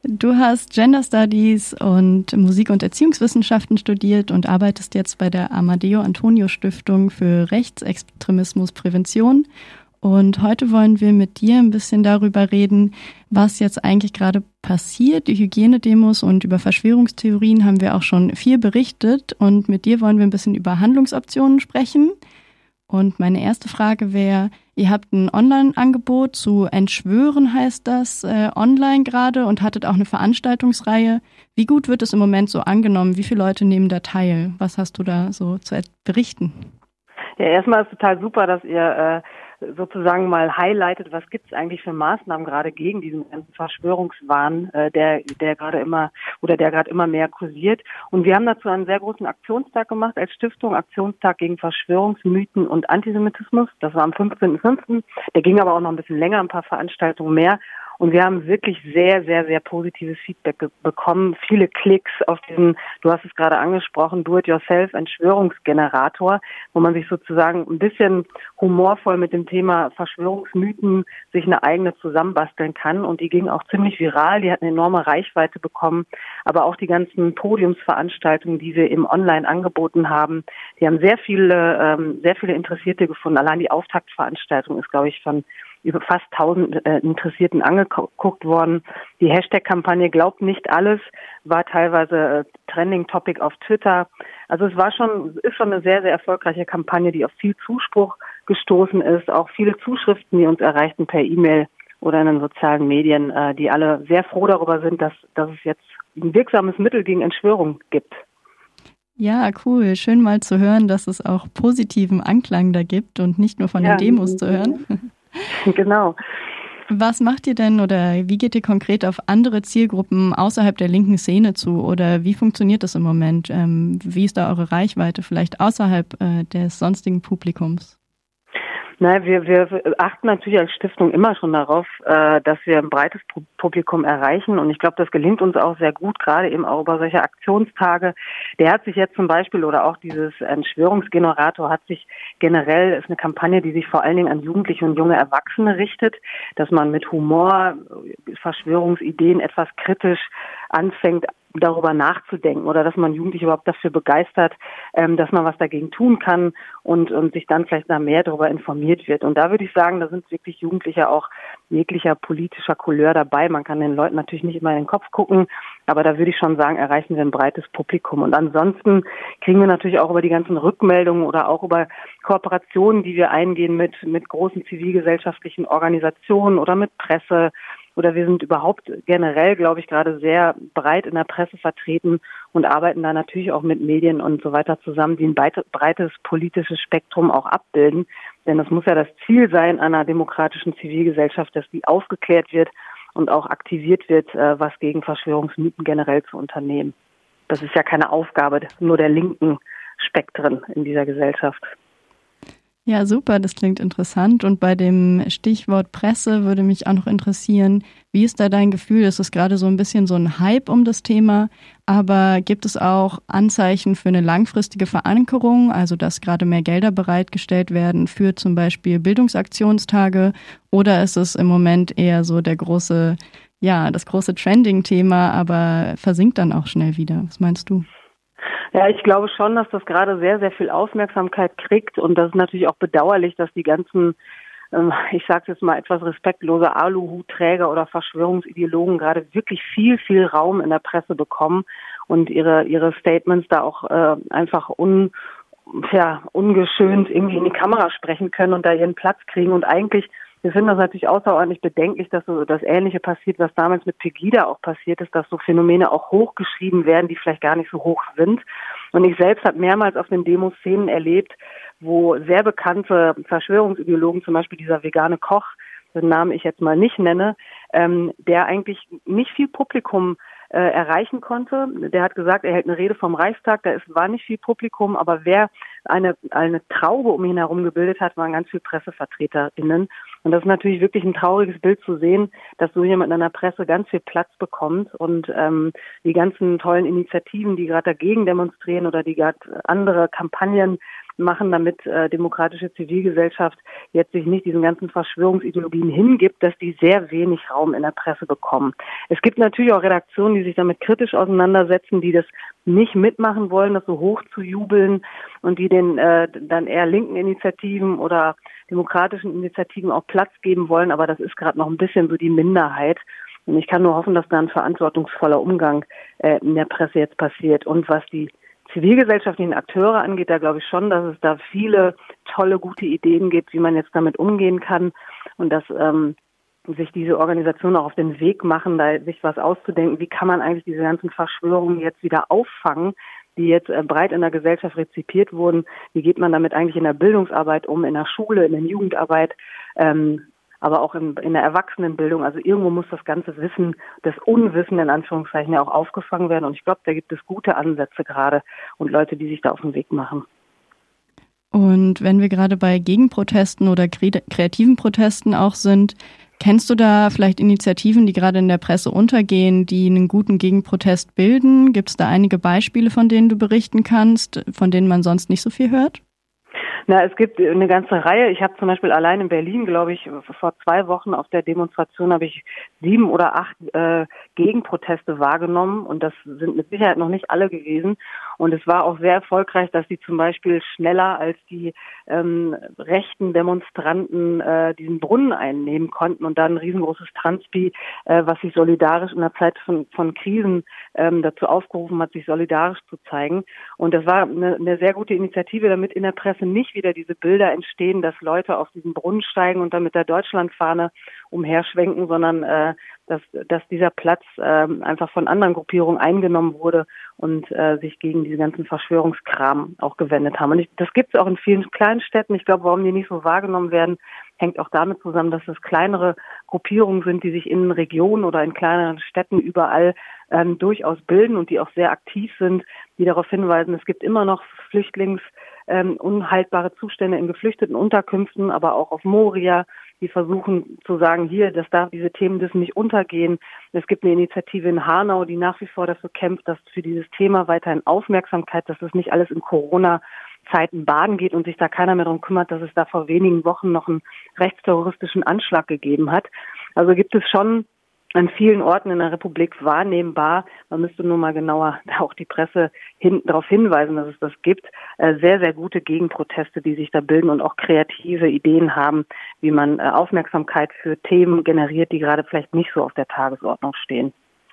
Du hast Gender Studies und Musik- und Erziehungswissenschaften studiert und arbeitest jetzt bei der Amadeo Antonio Stiftung für Rechtsextremismusprävention. Und heute wollen wir mit dir ein bisschen darüber reden, was jetzt eigentlich gerade passiert. Die Hygienedemos und über Verschwörungstheorien haben wir auch schon viel berichtet. Und mit dir wollen wir ein bisschen über Handlungsoptionen sprechen. Und meine erste Frage wäre, ihr habt ein Online-Angebot zu Entschwören, heißt das, online gerade und hattet auch eine Veranstaltungsreihe. Wie gut wird es im Moment so angenommen? Wie viele Leute nehmen da teil? Was hast du da so zu berichten? Ja, erstmal ist total super, dass ihr sozusagen mal highlightet, was gibt es eigentlich für Maßnahmen gerade gegen diesen ganzen Verschwörungswahn, der gerade immer mehr kursiert. Und wir haben dazu einen sehr großen Aktionstag gemacht als Stiftung, Aktionstag gegen Verschwörungsmythen und Antisemitismus. Das war am 15.05. Der ging aber auch noch ein bisschen länger, ein paar Veranstaltungen mehr. Und wir haben wirklich sehr, sehr, sehr positives Feedback bekommen. Viele Klicks auf diesen, du hast es gerade angesprochen, Do-it-yourself-Entschwörungsgenerator, wo man sich sozusagen ein bisschen humorvoll mit dem Thema Verschwörungsmythen sich eine eigene zusammenbasteln kann. Und die ging auch ziemlich viral, die hat eine enorme Reichweite bekommen. Aber auch die ganzen Podiumsveranstaltungen, die wir im Online angeboten haben, die haben sehr viele Interessierte gefunden. Allein die Auftaktveranstaltung ist, glaube ich, von über fast 1000 Interessierten angeguckt worden. Die Hashtag-Kampagne Glaubt nicht alles war teilweise Trending-Topic auf Twitter. Also es ist schon eine sehr, sehr erfolgreiche Kampagne, die auf viel Zuspruch gestoßen ist. Auch viele Zuschriften, die uns erreichten per E-Mail oder in den sozialen Medien, die alle sehr froh darüber sind, dass es jetzt ein wirksames Mittel gegen Entschwörung gibt. Ja, cool. Schön mal zu hören, dass es auch positiven Anklang da gibt und nicht nur von den Demos zu hören. Genau. Was macht ihr denn oder wie geht ihr konkret auf andere Zielgruppen außerhalb der linken Szene zu oder wie funktioniert das im Moment? Wie ist da eure Reichweite vielleicht außerhalb des sonstigen Publikums? Wir achten natürlich als Stiftung immer schon darauf, dass wir ein breites Publikum erreichen. Und ich glaube, das gelingt uns auch sehr gut, gerade eben auch über solche Aktionstage. Der hat sich jetzt zum Beispiel, oder auch dieses Entschwörungsgenerator hat sich generell, ist eine Kampagne, die sich vor allen Dingen an Jugendliche und junge Erwachsene richtet, dass man mit Humor Verschwörungsideen etwas kritisch anfängt, darüber nachzudenken oder dass man Jugendliche überhaupt dafür begeistert, dass man was dagegen tun kann und sich dann vielleicht da mehr darüber informiert wird. Und da würde ich sagen, da sind wirklich Jugendliche auch jeglicher politischer Couleur dabei. Man kann den Leuten natürlich nicht immer in den Kopf gucken, aber da würde ich schon sagen, erreichen wir ein breites Publikum. Und ansonsten kriegen wir natürlich auch über die ganzen Rückmeldungen oder auch über Kooperationen, die wir eingehen mit großen zivilgesellschaftlichen Organisationen oder mit Presse. Oder wir sind überhaupt generell, glaube ich, gerade sehr breit in der Presse vertreten und arbeiten da natürlich auch mit Medien und so weiter zusammen, die ein breites politisches Spektrum auch abbilden. Denn das muss ja das Ziel sein einer demokratischen Zivilgesellschaft, dass die aufgeklärt wird und auch aktiviert wird, was gegen Verschwörungsmythen generell zu unternehmen. Das ist ja keine Aufgabe nur der linken Spektren in dieser Gesellschaft. Ja, super, das klingt interessant. Und bei dem Stichwort Presse würde mich auch noch interessieren, wie ist da dein Gefühl? Es ist gerade so ein bisschen so ein Hype um das Thema, aber gibt es auch Anzeichen für eine langfristige Verankerung, also dass gerade mehr Gelder bereitgestellt werden für zum Beispiel Bildungsaktionstage, oder ist es im Moment eher so das große Trending-Thema, aber versinkt dann auch schnell wieder? Was meinst du? Ja, ich glaube schon, dass das gerade sehr, sehr viel Aufmerksamkeit kriegt und das ist natürlich auch bedauerlich, dass die ganzen, ich sage jetzt mal etwas respektlose Aluhutträger oder Verschwörungsideologen gerade wirklich viel, viel Raum in der Presse bekommen und ihre Statements da auch einfach ungeschönt irgendwie in die Kamera sprechen können und da ihren Platz kriegen und eigentlich wir finden das natürlich außerordentlich bedenklich, dass so das Ähnliche passiert, was damals mit Pegida auch passiert ist, dass so Phänomene auch hochgeschrieben werden, die vielleicht gar nicht so hoch sind. Und ich selbst habe mehrmals auf den Demos Szenen erlebt, wo sehr bekannte Verschwörungsideologen, zum Beispiel dieser vegane Koch, den Namen ich jetzt mal nicht nenne, der eigentlich nicht viel Publikum erreichen konnte. Der hat gesagt, er hält eine Rede vom Reichstag, war nicht viel Publikum, aber wer eine Traube um ihn herum gebildet hat, waren ganz viele PressevertreterInnen. Und das ist natürlich wirklich ein trauriges Bild zu sehen, dass so jemand in der Presse ganz viel Platz bekommt und die ganzen tollen Initiativen, die gerade dagegen demonstrieren oder die gerade andere Kampagnen machen, damit demokratische Zivilgesellschaft jetzt sich nicht diesen ganzen Verschwörungsideologien hingibt, dass die sehr wenig Raum in der Presse bekommen. Es gibt natürlich auch Redaktionen, die sich damit kritisch auseinandersetzen, die das nicht mitmachen wollen, das so hoch zu jubeln und die den dann eher linken Initiativen oder demokratischen Initiativen auch Platz geben wollen, aber das ist gerade noch ein bisschen so die Minderheit. Und ich kann nur hoffen, dass da ein verantwortungsvoller Umgang in der Presse jetzt passiert. Und was die zivilgesellschaftlichen Akteure angeht, da glaube ich schon, dass es da viele tolle, gute Ideen gibt, wie man jetzt damit umgehen kann und dass sich diese Organisationen auch auf den Weg machen, da sich was auszudenken, wie kann man eigentlich diese ganzen Verschwörungen jetzt wieder auffangen, die jetzt breit in der Gesellschaft rezipiert wurden. Wie geht man damit eigentlich in der Bildungsarbeit um, in der Schule, in der Jugendarbeit, aber auch in der Erwachsenenbildung. Also irgendwo muss das ganze Wissen, das Unwissen in Anführungszeichen ja auch aufgefangen werden. Und ich glaube, da gibt es gute Ansätze gerade und Leute, die sich da auf den Weg machen. Und wenn wir gerade bei Gegenprotesten oder kreativen Protesten auch sind, kennst du da vielleicht Initiativen, die gerade in der Presse untergehen, die einen guten Gegenprotest bilden? Gibt es da einige Beispiele, von denen du berichten kannst, von denen man sonst nicht so viel hört? Na, es gibt eine ganze Reihe. Ich habe zum Beispiel allein in Berlin, glaube ich, vor 2 Wochen auf der Demonstration habe ich 7 oder 8 Gegenproteste wahrgenommen und das sind mit Sicherheit noch nicht alle gewesen. Und es war auch sehr erfolgreich, dass die zum Beispiel schneller als die rechten Demonstranten diesen Brunnen einnehmen konnten und dann ein riesengroßes Transpi, was sich solidarisch in der Zeit von Krisen dazu aufgerufen hat, sich solidarisch zu zeigen. Und das war eine sehr gute Initiative, damit in der Presse nicht wieder diese Bilder entstehen, dass Leute auf diesen Brunnen steigen und dann mit der Deutschlandfahne umherschwenken, sondern dass dieser Platz einfach von anderen Gruppierungen eingenommen wurde und sich gegen diese ganzen Verschwörungskram auch gewendet haben. Und das gibt es auch in vielen kleinen Städten. Ich glaube, warum die nicht so wahrgenommen werden, hängt auch damit zusammen, dass es kleinere Gruppierungen sind, die sich in Regionen oder in kleineren Städten überall durchaus bilden und die auch sehr aktiv sind, die darauf hinweisen, es gibt immer noch unhaltbare Zustände in geflüchteten Unterkünften, aber auch auf Moria, die versuchen zu sagen, hier, diese Themen dürfen nicht untergehen. Es gibt eine Initiative in Hanau, die nach wie vor dafür kämpft, dass für dieses Thema weiterhin Aufmerksamkeit, dass es nicht alles in Corona-Zeiten baden geht und sich da keiner mehr darum kümmert, dass es da vor wenigen Wochen noch einen rechtsterroristischen Anschlag gegeben hat. Also gibt es schon an vielen Orten in der Republik wahrnehmbar. Man müsste nur mal genauer auch die Presse darauf hinweisen, dass es das gibt. Sehr, sehr gute Gegenproteste, die sich da bilden und auch kreative Ideen haben, wie man Aufmerksamkeit für Themen generiert, die gerade vielleicht nicht so auf der Tagesordnung stehen.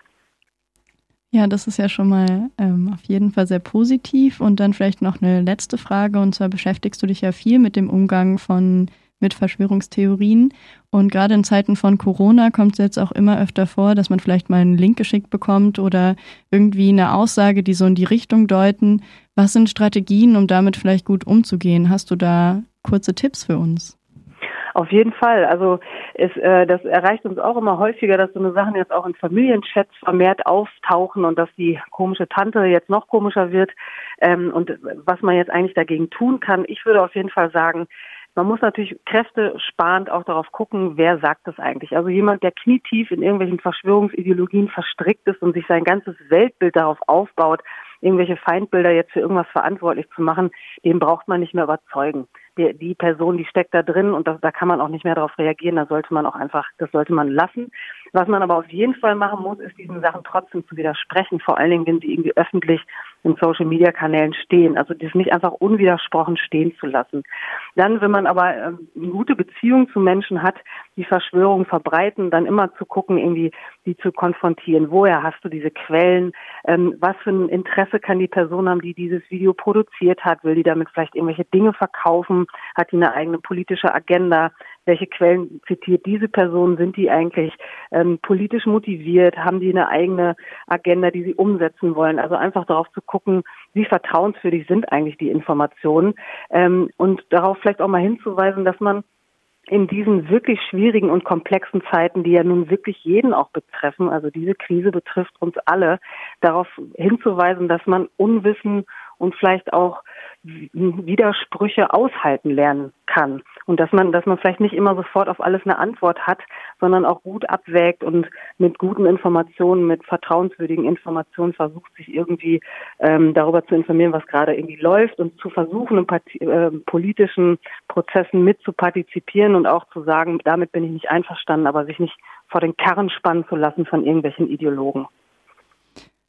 Ja, das ist ja schon mal auf jeden Fall sehr positiv. Und dann vielleicht noch eine letzte Frage. Und zwar beschäftigst du dich ja viel mit dem Umgang mit Verschwörungstheorien. Und gerade in Zeiten von Corona kommt es jetzt auch immer öfter vor, dass man vielleicht mal einen Link geschickt bekommt oder irgendwie eine Aussage, die so in die Richtung deuten. Was sind Strategien, um damit vielleicht gut umzugehen? Hast du da kurze Tipps für uns? Auf jeden Fall. Also das erreicht uns auch immer häufiger, dass so eine Sachen jetzt auch in Familienchats vermehrt auftauchen und dass die komische Tante jetzt noch komischer wird und was man jetzt eigentlich dagegen tun kann. Ich würde auf jeden Fall sagen, man muss natürlich kräftesparend auch darauf gucken, wer sagt das eigentlich. Also jemand, der knietief in irgendwelchen Verschwörungsideologien verstrickt ist und sich sein ganzes Weltbild darauf aufbaut, irgendwelche Feindbilder jetzt für irgendwas verantwortlich zu machen, den braucht man nicht mehr überzeugen. Die Person, die steckt da drin und da kann man auch nicht mehr darauf reagieren. Das sollte man lassen. Was man aber auf jeden Fall machen muss, ist diesen Sachen trotzdem zu widersprechen, vor allen Dingen, wenn sie irgendwie öffentlich in Social-Media-Kanälen stehen. Also das nicht einfach unwidersprochen stehen zu lassen. Dann, wenn man aber eine gute Beziehung zu Menschen hat, die Verschwörungen verbreiten, dann immer zu gucken, irgendwie die zu konfrontieren. Woher hast du diese Quellen? Was für ein Interesse kann die Person haben, die dieses Video produziert hat? Will die damit vielleicht irgendwelche Dinge verkaufen? Hat die eine eigene politische Agenda? Welche Quellen zitiert diese Person? Sind die eigentlich politisch motiviert? Haben die eine eigene Agenda, die sie umsetzen wollen? Also einfach darauf zu gucken, wie vertrauenswürdig sind eigentlich die Informationen und darauf vielleicht auch mal hinzuweisen, dass man in diesen wirklich schwierigen und komplexen Zeiten, die ja nun wirklich jeden auch betreffen, also diese Krise betrifft uns alle, darauf hinzuweisen, dass man Unwissen und vielleicht auch Widersprüche aushalten lernen kann. Und dass man vielleicht nicht immer sofort auf alles eine Antwort hat, sondern auch gut abwägt und mit guten Informationen, mit vertrauenswürdigen Informationen versucht, sich irgendwie darüber zu informieren, was gerade irgendwie läuft und zu versuchen, in politischen Prozessen mit zu partizipieren und auch zu sagen, damit bin ich nicht einverstanden, aber sich nicht vor den Karren spannen zu lassen von irgendwelchen Ideologen.